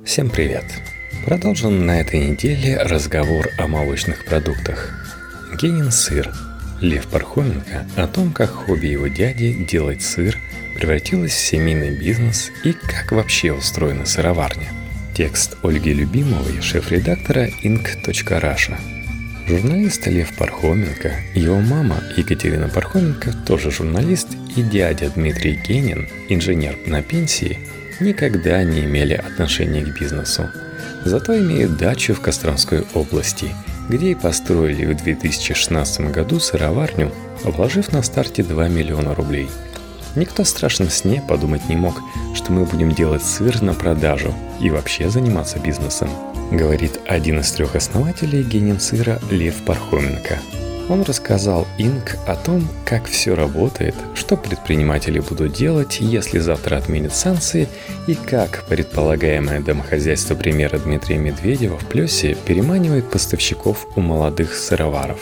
Всем привет! Продолжим на этой неделе разговор о молочных продуктах. Генин сыр. Лев Пархоменко о том, как хобби его дяди делать сыр превратилось в семейный бизнес и как вообще устроена сыроварня. Текст Ольги Любимовой, шеф-редактора ink.russia. Журналист Лев Пархоменко, его мама Екатерина Пархоменко, тоже журналист, и дядя Дмитрий Генин, инженер на пенсии, никогда не имели отношения к бизнесу. Зато имеют дачу в Костромской области, где и построили в 2016 году сыроварню, вложив на старте 2 миллиона рублей. Никто в страшном сне подумать не мог, что мы будем делать сыр на продажу и вообще заниматься бизнесом, говорит один из 3 основателей Генин сыра Лев Пархоменко. Он рассказал Инк о том, как все работает, что предприниматели будут делать, если завтра отменят санкции, и как предполагаемое домохозяйство премьера Дмитрия Медведева в плюсе переманивает поставщиков у молодых сыроваров.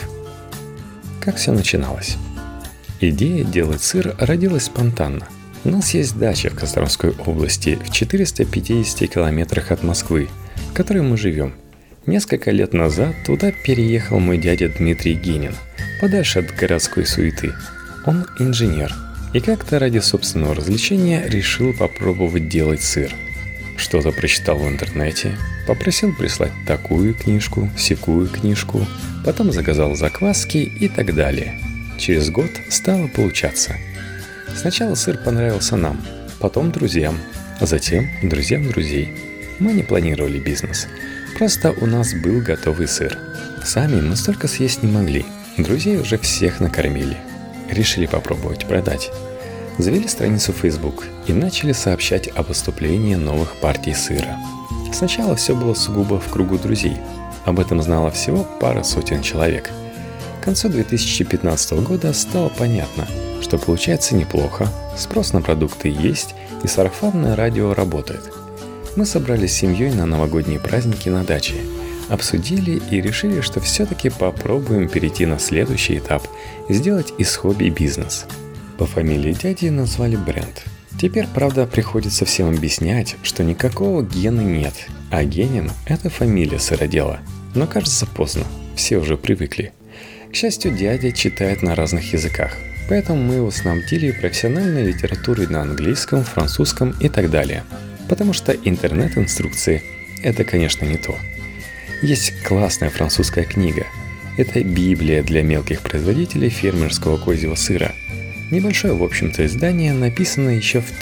Как все начиналось? Идея делать сыр родилась спонтанно. У нас есть дача в Костромской области в 450 километрах от Москвы, в которой мы живем. Несколько лет назад туда переехал мой дядя Дмитрий Генин, подальше от городской суеты. Он инженер, и как-то ради собственного развлечения решил попробовать делать сыр. Что-то прочитал в интернете, попросил прислать такую книжку, сякую книжку, потом заказал закваски и так далее. Через год стало получаться. Сначала сыр понравился нам, потом друзьям, а затем друзьям друзей. Мы не планировали бизнес. Просто у нас был готовый сыр. Сами мы столько съесть не могли. Друзей уже всех накормили. Решили попробовать продать. Завели страницу в Facebook и начали сообщать о поступлении новых партий сыра. Сначала все было сугубо в кругу друзей. Об этом знало всего пара сотен человек. К концу 2015 года стало понятно, что получается неплохо, спрос на продукты есть и сарафанное радио работает. Мы собрались с семьей на новогодние праздники на даче, обсудили и решили, что все-таки попробуем перейти на следующий этап – сделать из хобби бизнес. По фамилии дяди назвали бренд. Теперь, правда, приходится всем объяснять, что никакого Гена нет, а Генин – это фамилия сыродела. Но кажется поздно, все уже привыкли. К счастью, дядя читает на разных языках, поэтому мы его снабдили профессиональной литературой на английском, французском и так далее. Потому что интернет-инструкции – это, конечно, не то. Есть классная французская книга. Это Библия для мелких производителей фермерского козьего сыра. Небольшое, в общем-то, издание, написано еще в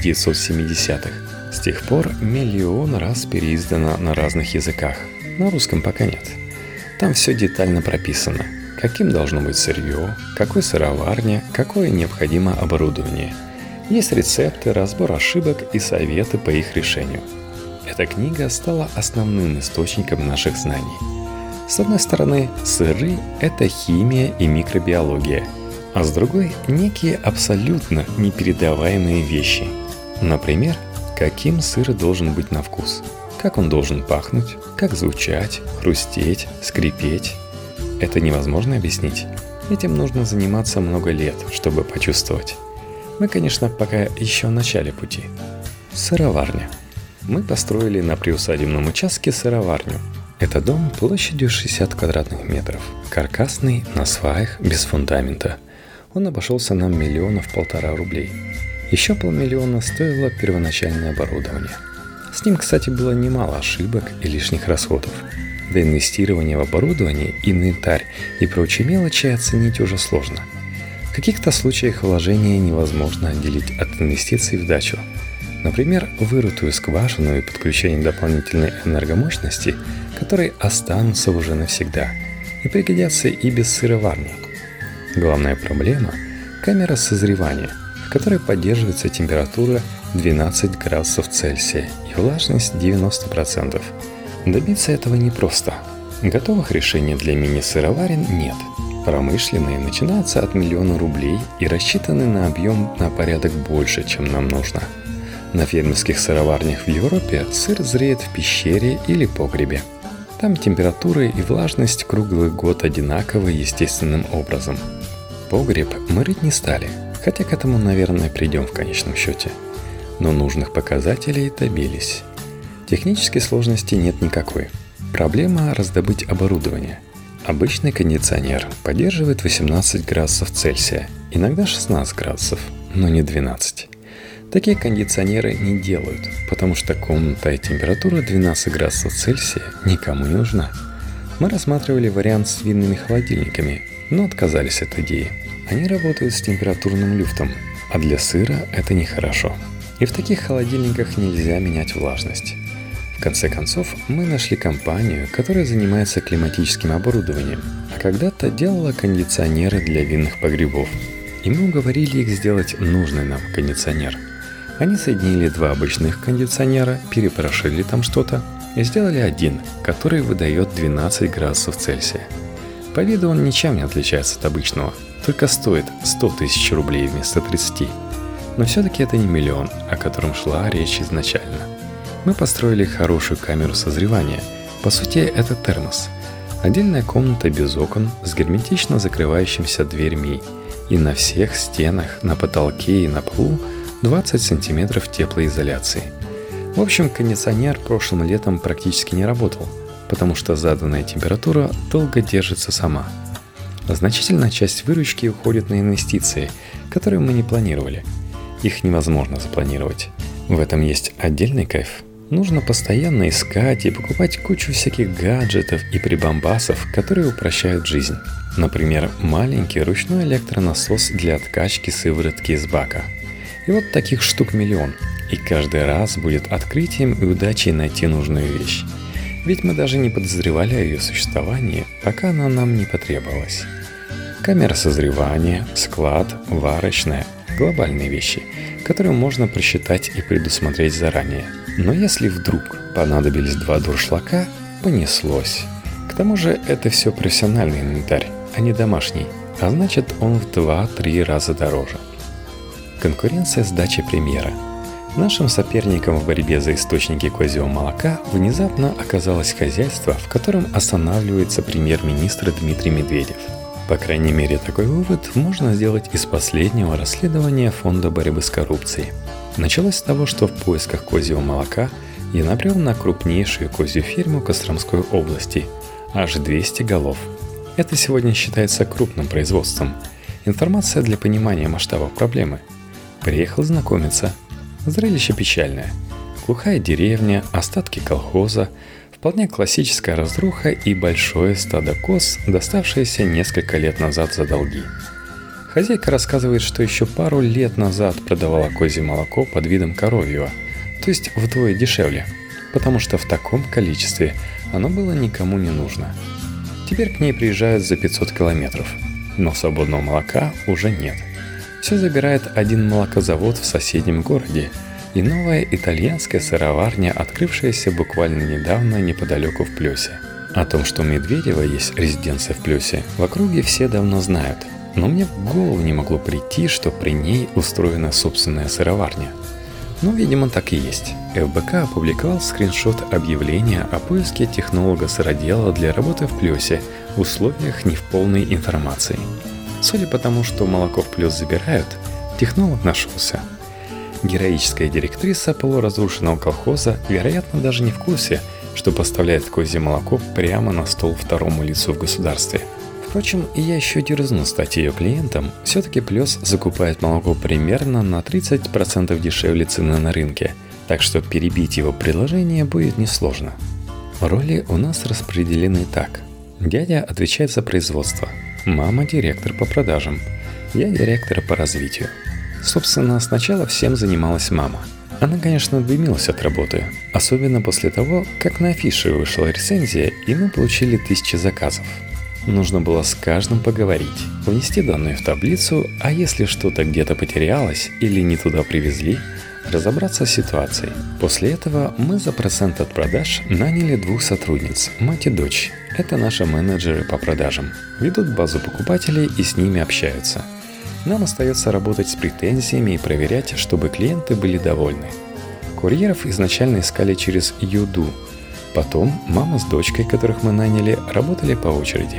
1970-х. С тех пор миллион раз переиздано на разных языках. На русском пока нет. Там все детально прописано. Каким должно быть сырье, какой сыроварня, какое необходимо оборудование. Есть рецепты, разбор ошибок и советы по их решению. Эта книга стала основным источником наших знаний. С одной стороны, сыры – это химия и микробиология, а с другой – некие абсолютно непередаваемые вещи. Например, каким сыр должен быть на вкус, как он должен пахнуть, как звучать, хрустеть, скрипеть. Это невозможно объяснить. Этим нужно заниматься много лет, чтобы почувствовать. Мы, конечно, пока еще в начале пути. Сыроварня. Мы построили на приусадебном участке сыроварню. Это дом площадью 60 квадратных метров, каркасный, на сваях, без фундамента. Он обошелся нам 1,5 миллиона рублей. Еще 500 000 стоило первоначальное оборудование. С ним, кстати, было немало ошибок и лишних расходов. До инвестирования в оборудование, инвентарь и прочие мелочи оценить уже сложно. В каких-то случаях вложения невозможно отделить от инвестиций в дачу. Например, вырытую скважину и подключение дополнительной энергомощности, которые останутся уже навсегда и пригодятся и без сыроварни. Главная проблема – камера созревания, в которой поддерживается температура 12 градусов Цельсия и влажность 90%. Добиться этого непросто. Готовых решений для мини-сыроварен нет. Промышленные начинаются от 1 миллиона рублей и рассчитаны на объем на порядок больше, чем нам нужно. На фермерских сыроварнях в Европе сыр зреет в пещере или погребе. Там температура и влажность круглый год одинаковы естественным образом. Погреб мы рыть не стали, хотя к этому, наверное, придем в конечном счете. Но нужных показателей добились. Технической сложности нет никакой. Проблема раздобыть оборудование. Обычный кондиционер поддерживает 18 градусов Цельсия, иногда 16 градусов, но не 12. Такие кондиционеры не делают, потому что комнатная температура 12 градусов Цельсия никому не нужна. Мы рассматривали вариант с винными холодильниками, но отказались от идеи. Они работают с температурным люфтом, а для сыра это нехорошо. И в таких холодильниках нельзя менять влажность. В конце концов, мы нашли компанию, которая занимается климатическим оборудованием, а когда-то делала кондиционеры для винных погребов. И мы уговорили их сделать нужный нам кондиционер. Они соединили два обычных кондиционера, перепрошили там что-то и сделали один, который выдает 12 градусов Цельсия. По виду он ничем не отличается от обычного, только стоит 100 тысяч рублей вместо 30. Но все-таки это не миллион, о котором шла речь изначально. Мы построили хорошую камеру созревания. По сути, это термос. Отдельная комната без окон с герметично закрывающимися дверьми. И на всех стенах, на потолке и на полу 20 сантиметров теплоизоляции. В общем, кондиционер прошлым летом практически не работал, потому что заданная температура долго держится сама. Значительная часть выручки уходит на инвестиции, которые мы не планировали. Их невозможно запланировать. В этом есть отдельный кайф. Нужно постоянно искать и покупать кучу всяких гаджетов и прибамбасов, которые упрощают жизнь. Например, маленький ручной электронасос для откачки сыворотки из бака. И вот таких штук миллион. И каждый раз будет открытием и удачей найти нужную вещь. Ведь мы даже не подозревали о ее существовании, пока она нам не потребовалась. Камера созревания, склад, варочная – глобальные вещи, которые можно просчитать и предусмотреть заранее. Но если вдруг понадобились 2 дуршлака, понеслось. К тому же это все профессиональный инвентарь, а не домашний, а значит он в 2-3 раза дороже. Конкуренция с дачей премьера. Нашим соперником в борьбе за источники козьего молока внезапно оказалось хозяйство, в котором останавливается премьер-министр Дмитрий Медведев. По крайней мере, такой вывод можно сделать из последнего расследования Фонда борьбы с коррупцией. Началось с того, что в поисках козьего молока я набрел на крупнейшую козью ферму Костромской области, аж 200 голов. Это сегодня считается крупным производством. Информация для понимания масштаба проблемы. Приехал знакомиться. Зрелище печальное. Глухая деревня, остатки колхоза, вполне классическая разруха и большое стадо коз, доставшееся несколько лет назад за долги. Хозяйка рассказывает, что еще пару лет назад продавала козье молоко под видом коровьего, то есть вдвое дешевле, потому что в таком количестве оно было никому не нужно. Теперь к ней приезжают за 500 километров, но свободного молока уже нет. Все забирает один молокозавод в соседнем городе и новая итальянская сыроварня, открывшаяся буквально недавно неподалеку в Плёсе. О том, что у Медведева есть резиденция в Плёсе, в округе все давно знают, но мне в голову не могло прийти, что при ней устроена собственная сыроварня. Но, видимо, так и есть. ФБК опубликовал скриншот объявления о поиске технолога-сыродела для работы в Плёсе в условиях не в полной информации. Судя по тому, что молоко в Плёс забирают, технолог нашелся. Героическая директриса полуразрушенного колхоза, вероятно, даже не в курсе, что поставляет козье молоко прямо на стол второму лицу в государстве. Впрочем, я еще дерзну стать ее клиентом, все-таки Плёс закупает молоко примерно на 30% дешевле цены на рынке, так что перебить его предложение будет несложно. Роли у нас распределены так. Дядя отвечает за производство, мама – директор по продажам, я директор по развитию. Собственно, сначала всем занималась мама. Она, конечно, дымилась от работы, особенно после того, как на афише вышла рецензия, и мы получили 1000 заказов. Нужно было с каждым поговорить, внести данные в таблицу, а если что-то где-то потерялось или не туда привезли, разобраться с ситуацией. После этого мы за процент от продаж наняли 2 сотрудниц, мать и дочь. Это наши менеджеры по продажам. Ведут базу покупателей и с ними общаются. Нам остается работать с претензиями и проверять, чтобы клиенты были довольны. Курьеров изначально искали через Юду. Потом мама с дочкой, которых мы наняли, работали по очереди.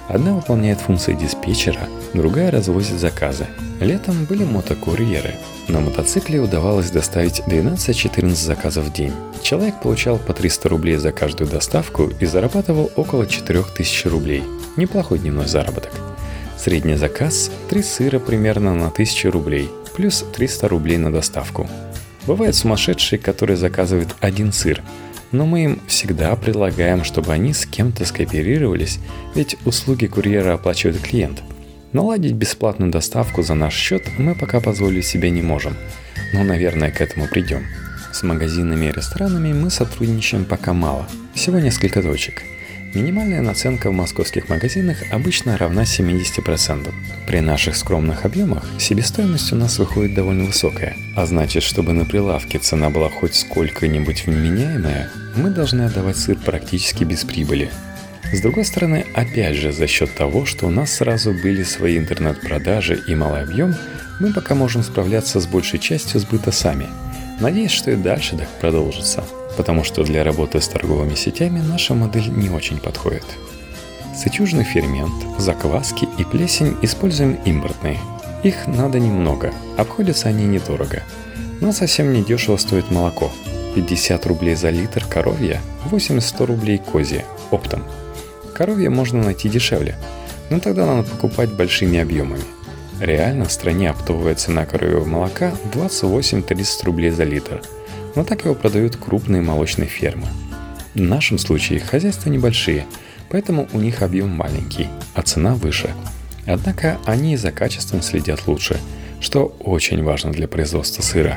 Одна выполняет функции диспетчера, другая развозит заказы. Летом были мотокурьеры. На мотоцикле удавалось доставить 12-14 заказов в день. Человек получал по 300 рублей за каждую доставку и зарабатывал около 4000 рублей. Неплохой дневной заработок. Средний заказ – 3 сыра примерно на 1000 рублей, плюс 300 рублей на доставку. Бывают сумасшедшие, которые заказывают 1 сыр, но мы им всегда предлагаем, чтобы они с кем-то скооперировались, ведь услуги курьера оплачивает клиент. Наладить бесплатную доставку за наш счет мы пока позволить себе не можем, но, наверное, к этому придем. С магазинами и ресторанами мы сотрудничаем пока мало, всего несколько точек. Минимальная наценка в московских магазинах обычно равна 70%. При наших скромных объемах себестоимость у нас выходит довольно высокая, а значит, чтобы на прилавке цена была хоть сколько-нибудь вменяемая, мы должны отдавать сыр практически без прибыли. С другой стороны, опять же, за счет того, что у нас сразу были свои интернет-продажи и малый объем, мы пока можем справляться с большей частью сбыта сами. Надеюсь, что и дальше так продолжится, потому что для работы с торговыми сетями наша модель не очень подходит. Сычужный фермент, закваски и плесень используем импортные. Их надо немного, обходятся они недорого. Но совсем не дешево стоит молоко. 50 рублей за литр коровья, 80-100 рублей козье, оптом. Коровье можно найти дешевле, но тогда надо покупать большими объемами. Реально в стране оптовая цена коровьего молока 28-30 рублей за литр, но так его продают крупные молочные фермы. В нашем случае хозяйства небольшие, поэтому у них объем маленький, а цена выше. Однако они и за качеством следят лучше, что очень важно для производства сыра.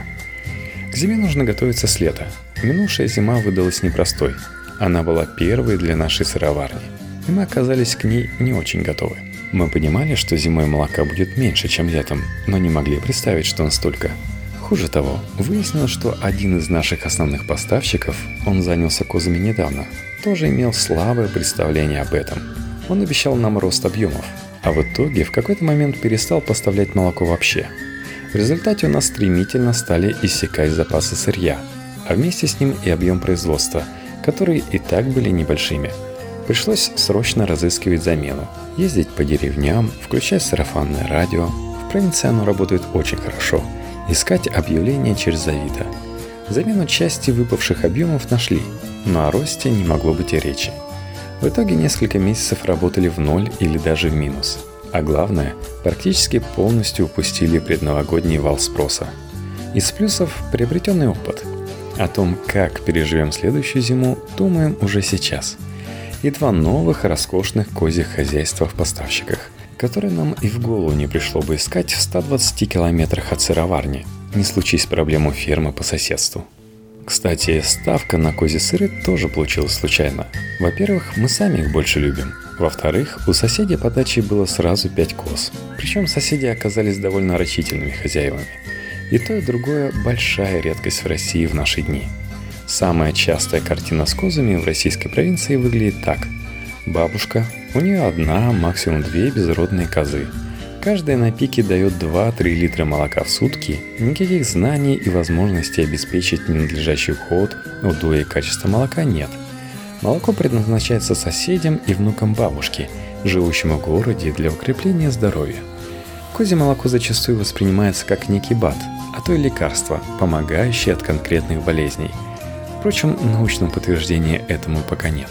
К зиме нужно готовиться с лета. Минувшая зима выдалась непростой. Она была первой для нашей сыроварни, и мы оказались к ней не очень готовы. Мы понимали, что зимой молока будет меньше, чем летом, но не могли представить, что настолько. Хуже того, выяснилось, что один из наших основных поставщиков, он занялся козами недавно, тоже имел слабое представление об этом. Он обещал нам рост объемов, а в итоге в какой-то момент перестал поставлять молоко вообще. В результате у нас стремительно стали иссякать запасы сырья, а вместе с ним и объем производства, которые и так были небольшими. Пришлось срочно разыскивать замену, ездить по деревням, включать сарафанное радио. В провинции оно работает очень хорошо. Искать объявления через Авито. Замену части выпавших объемов нашли, но о росте не могло быть и речи. В итоге несколько месяцев работали в ноль или даже в минус. А главное, практически полностью упустили предновогодний вал спроса. Из плюсов – приобретенный опыт. О том, как переживем следующую зиму, думаем уже сейчас. И 2 новых роскошных козьих хозяйства в поставщиках, которые нам и в голову не пришло бы искать в 120 километрах от сыроварни, не случись проблем у фермы по соседству. Кстати, ставка на козьи сыры тоже получилась случайно. Во-первых, мы сами их больше любим. Во-вторых, у соседей по даче было сразу 5 коз. Причем соседи оказались довольно рачительными хозяевами. И то, и другое – большая редкость в России в наши дни. Самая частая картина с козами в российской провинции выглядит так. Бабушка, у нее 1, максимум 2 безродные козы. Каждая на пике дает 2-3 литра молока в сутки, никаких знаний и возможностей обеспечить ненадлежащий уход, удоя и качество молока нет. Молоко предназначается соседям и внукам бабушки, живущим в городе для укрепления здоровья. Козье молоко зачастую воспринимается как некий БАД, а то и лекарство, помогающее от конкретных болезней. Впрочем, научного подтверждения этому пока нет.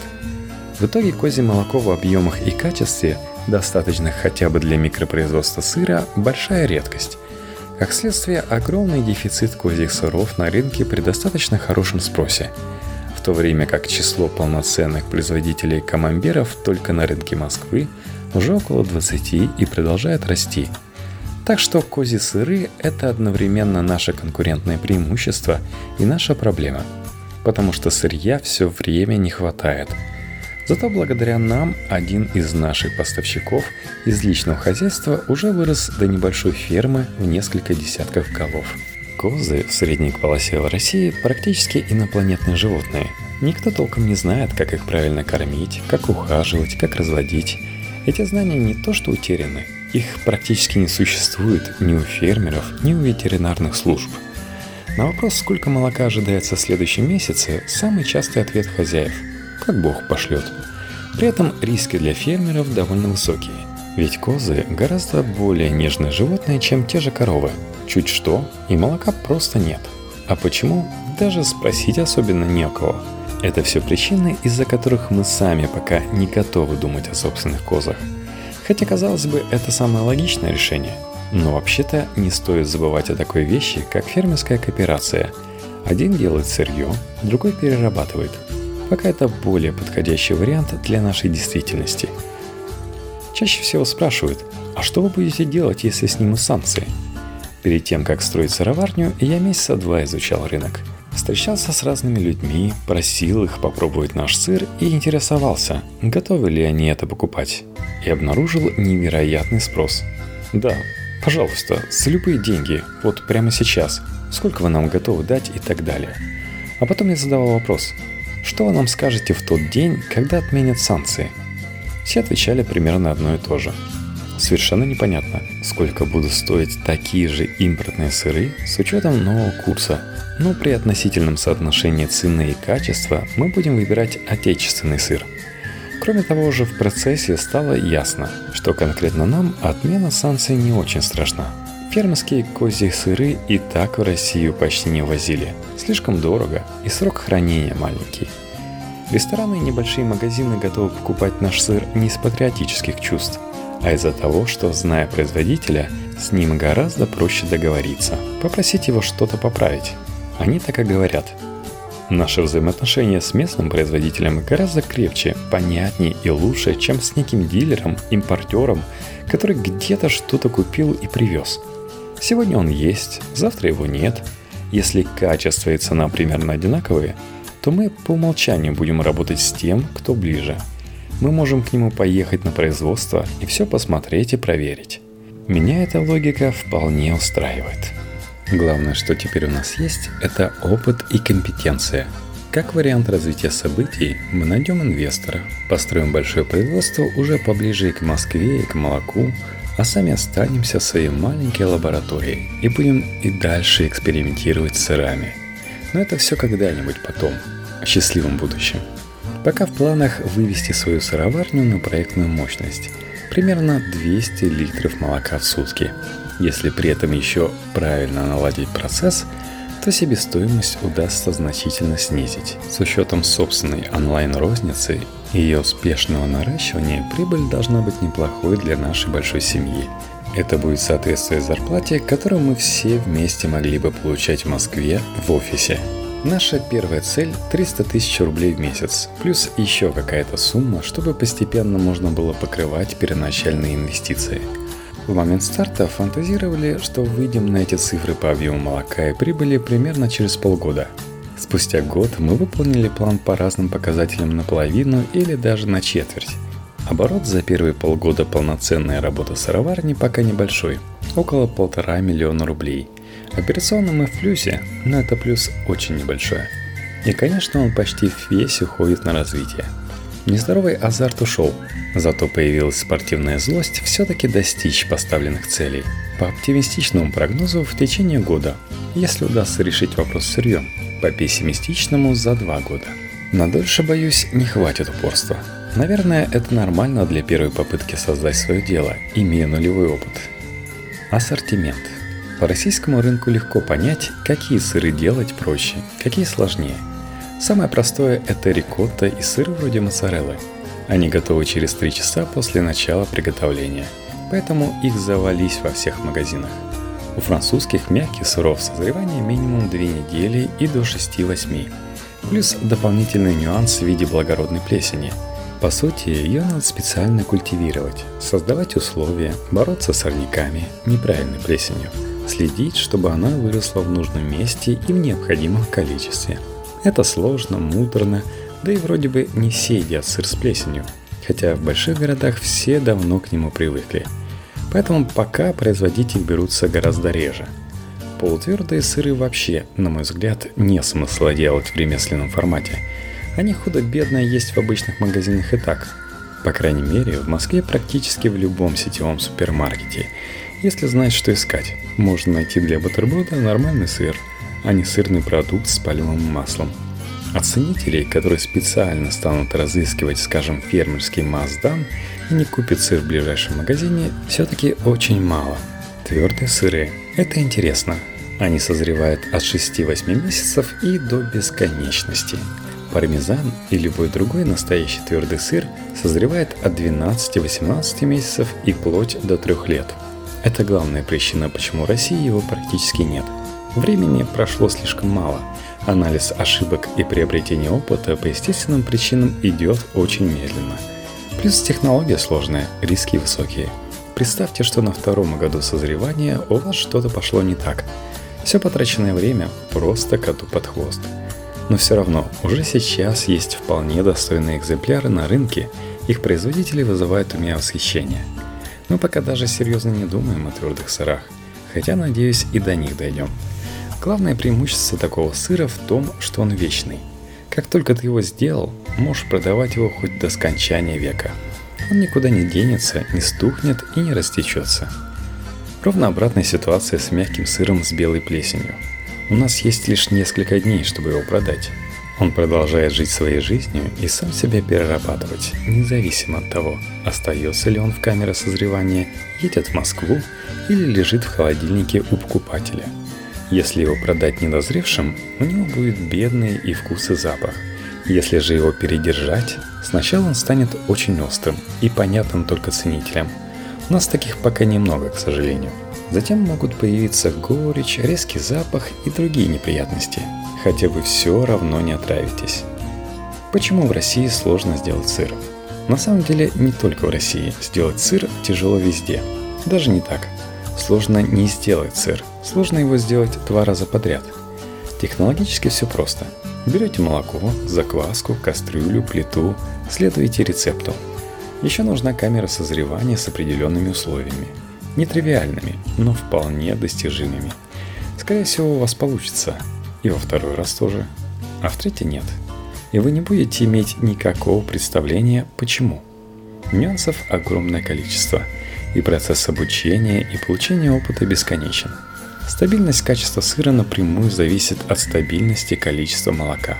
В итоге козье молоко в объемах и качестве, достаточных хотя бы для микропроизводства сыра, большая редкость. Как следствие, огромный дефицит козьих сыров на рынке при достаточно хорошем спросе, в то время как число полноценных производителей камамберов только на рынке Москвы уже около 20 и продолжает расти. Так что козьи сыры – это одновременно наше конкурентное преимущество и наша проблема, потому что сырья все время не хватает. Зато благодаря нам один из наших поставщиков из личного хозяйства уже вырос до небольшой фермы в несколько десятков голов. Козы в средней полосе в России практически инопланетные животные. Никто толком не знает, как их правильно кормить, как ухаживать, как разводить. Эти знания не то что утеряны, их практически не существует ни у фермеров, ни у ветеринарных служб. На вопрос, сколько молока ожидается в следующем месяце, самый частый ответ хозяев – как Бог пошлет. При этом риски для фермеров довольно высокие. Ведь козы гораздо более нежные животные, чем те же коровы. Чуть что, и молока просто нет. А почему? Даже спросить особенно не у кого. Это все причины, из-за которых мы сами пока не готовы думать о собственных козах. Хотя, казалось бы, это самое логичное решение. Но вообще-то не стоит забывать о такой вещи, как фермерская кооперация. Один делает сырье, другой перерабатывает. Пока это более подходящий вариант для нашей действительности. Чаще всего спрашивают, а что вы будете делать, если снимут санкции? Перед тем, как строить сыроварню, я месяца 2 изучал рынок. Встречался с разными людьми, просил их попробовать наш сыр и интересовался, готовы ли они это покупать. И обнаружил невероятный спрос. Да, пожалуйста, за любые деньги, вот прямо сейчас, сколько вы нам готовы дать и так далее. А потом я задавал вопрос, что вы нам скажете в тот день, когда отменят санкции? Все отвечали примерно одно и то же. Совершенно непонятно, сколько будут стоить такие же импортные сыры с учетом нового курса. Но при относительном соотношении цены и качества мы будем выбирать отечественный сыр. Кроме того же, в процессе стало ясно, что конкретно нам отмена санкций не очень страшна. Фермерские козьи сыры и так в Россию почти не возили. Слишком дорого и срок хранения маленький. Рестораны и небольшие магазины готовы покупать наш сыр не из патриотических чувств, а из-за того, что, зная производителя, с ним гораздо проще договориться, попросить его что-то поправить. Они так и говорят. Наши взаимоотношения с местным производителем гораздо крепче, понятнее и лучше, чем с неким дилером, импортером, который где-то что-то купил и привез. Сегодня он есть, завтра его нет. Если качество и цена примерно одинаковые, то мы по умолчанию будем работать с тем, кто ближе. Мы можем к нему поехать на производство и все посмотреть и проверить. Меня эта логика вполне устраивает. Главное, что теперь у нас есть, это опыт и компетенция. Как вариант развития событий, мы найдем инвестора, построим большое производство уже поближе к Москве и к молоку, а сами останемся в своей маленькой лаборатории и будем и дальше экспериментировать с сырами. Но это все когда-нибудь потом, в счастливом будущем. Пока в планах вывести свою сыроварню на проектную мощность. Примерно 200 литров молока в сутки. Если при этом еще правильно наладить процесс, то себестоимость удастся значительно снизить. С учетом собственной онлайн-розницы и ее успешного наращивания, прибыль должна быть неплохой для нашей большой семьи. Это будет соответствовать зарплате, которую мы все вместе могли бы получать в Москве в офисе. Наша первая цель – 300 тысяч рублей в месяц, плюс еще какая-то сумма, чтобы постепенно можно было покрывать первоначальные инвестиции. В момент старта фантазировали, что выйдем на эти цифры по объему молока и прибыли примерно через полгода. Спустя год мы выполнили план по разным показателям наполовину или даже на четверть. Оборот за первые полгода полноценной работы сыроварни пока небольшой, около 1,5 миллиона рублей. Операционно мы в плюсе, но это плюс очень небольшой. И, конечно, он почти весь уходит на развитие. Нездоровый азарт ушел, зато появилась спортивная злость все-таки достичь поставленных целей. По оптимистичному прогнозу в течение года, если удастся решить вопрос с сырьем, по пессимистичному за 2 года. На дольше, боюсь, не хватит упорства. Наверное, это нормально для первой попытки создать свое дело, имея нулевой опыт. Ассортимент. По российскому рынку легко понять, какие сыры делать проще, какие сложнее. Самое простое – это рикотта и сыры вроде моцареллы. Они готовы через 3 часа после начала приготовления, поэтому их завались во всех магазинах. У французских мягких сыров созревание минимум 2 недели и до 6-8. Плюс дополнительный нюанс в виде благородной плесени. По сути, ее надо специально культивировать, создавать условия, бороться с сорняками, неправильной плесенью, следить, чтобы она выросла в нужном месте и в необходимом количестве. Это сложно, муторно, да и вроде бы не все едят сыр с плесенью, хотя в больших городах все давно к нему привыкли. Поэтому пока производить их берутся гораздо реже. Полутвердые сыры вообще, на мой взгляд, не смысла делать в ремесленном формате. Они худо-бедно есть в обычных магазинах и так. По крайней мере, в Москве практически в любом сетевом супермаркете. Если знать, что искать, можно найти для бутерброда нормальный сыр, а не сырный продукт с пальмовым маслом. А ценителей, которые специально станут разыскивать, скажем, фермерский Маасдан и не купят сыр в ближайшем магазине, все-таки очень мало. Твердые сыры – это интересно. Они созревают от 6-8 месяцев и до бесконечности. Пармезан и любой другой настоящий твердый сыр созревает от 12-18 месяцев и вплоть до 3 лет. Это главная причина, почему в России его практически нет. Времени прошло слишком мало. Анализ ошибок и приобретение опыта по естественным причинам идет очень медленно. Плюс технология сложная, риски высокие. Представьте, что на 2-м году созревания у вас что-то пошло не так. Все потраченное время просто коту под хвост. Но все равно, уже сейчас есть вполне достойные экземпляры на рынке, их производители вызывают у меня восхищение. Мы пока даже серьезно не думаем о твердых сырах, хотя, надеюсь, и до них дойдем. Главное преимущество такого сыра в том, что он вечный. Как только ты его сделал, можешь продавать его хоть до скончания века. Он никуда не денется, не стухнет и не растечется. Ровно обратная ситуация с мягким сыром с белой плесенью. У нас есть лишь несколько дней, чтобы его продать. Он продолжает жить своей жизнью и сам себя перерабатывать, независимо от того, остается ли он в камере созревания, едет в Москву или лежит в холодильнике у покупателя. Если его продать недозревшим, у него будет бедный и вкус и запах. Если же его передержать, сначала он станет очень острым и понятным только ценителям. У нас таких пока немного, к сожалению. Затем могут появиться горечь, резкий запах и другие неприятности, хотя вы все равно не отравитесь. Почему в России сложно сделать сыр? На самом деле не только в России. Сделать сыр тяжело везде. Даже не так. Сложно не сделать сыр. Сложно его сделать 2 раза подряд. Технологически все просто. Берете молоко, закваску, кастрюлю, плиту, следуете рецепту. Еще нужна камера созревания с определенными условиями. Нетривиальными, но вполне достижимыми. Скорее всего, у вас получится. И во 2-й раз тоже. А в 3-й нет. И вы не будете иметь никакого представления, почему. Нюансов огромное количество. И процесс обучения и получения опыта бесконечен. Стабильность качества сыра напрямую зависит от стабильности количества молока.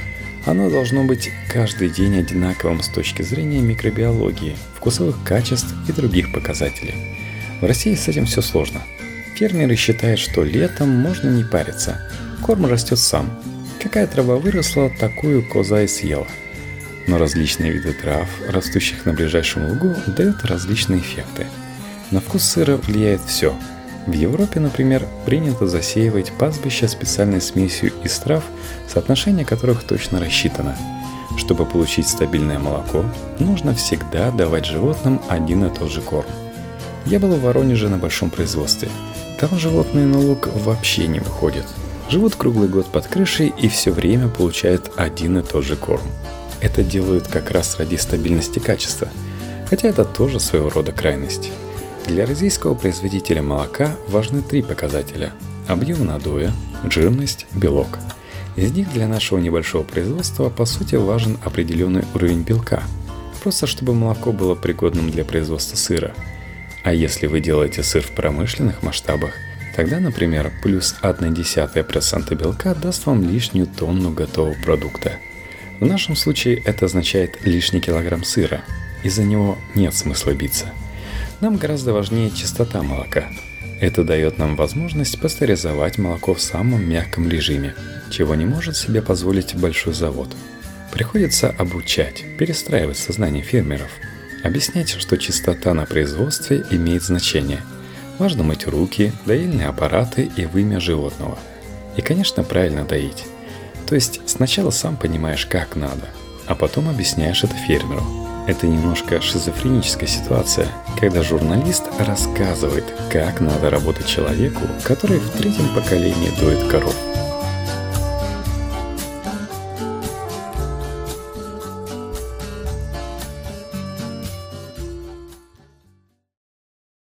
Оно должно быть каждый день одинаковым с точки зрения микробиологии, вкусовых качеств и других показателей. В России с этим все сложно. Фермеры считают, что летом можно не париться. Корм растет сам. Какая трава выросла, такую коза и съела. Но различные виды трав, растущих на ближайшем лугу, дают различные эффекты. На вкус сыра влияет все. В Европе, например, принято засеивать пастбища специальной смесью из трав, соотношение которых точно рассчитано. Чтобы получить стабильное молоко, нужно всегда давать животным один и тот же корм. Я был в Воронеже на большом производстве. Там животные на луг вообще не выходят. Живут круглый год под крышей и все время получают один и тот же корм. Это делают как раз ради стабильности качества, хотя это тоже своего рода крайность. Для российского производителя молока важны 3 показателя – объем надоя, жирность, белок. Из них для нашего небольшого производства по сути важен определенный уровень белка, просто чтобы молоко было пригодным для производства сыра. А если вы делаете сыр в промышленных масштабах, тогда, например, плюс 0,1% белка даст вам лишнюю тонну готового продукта. В нашем случае это означает лишний килограмм сыра. Из-за него нет смысла биться. Нам гораздо важнее чистота молока. Это дает нам возможность пастеризовать молоко в самом мягком режиме, чего не может себе позволить большой завод. Приходится обучать, перестраивать сознание фермеров. Объяснять, что чистота на производстве имеет значение. Важно мыть руки, доильные аппараты и вымя животного. И, конечно, правильно доить. То есть сначала сам понимаешь, как надо, а потом объясняешь это фермеру. Это немножко шизофреническая ситуация, когда журналист рассказывает, как надо работать человеку, который в 3-м поколении доит коров.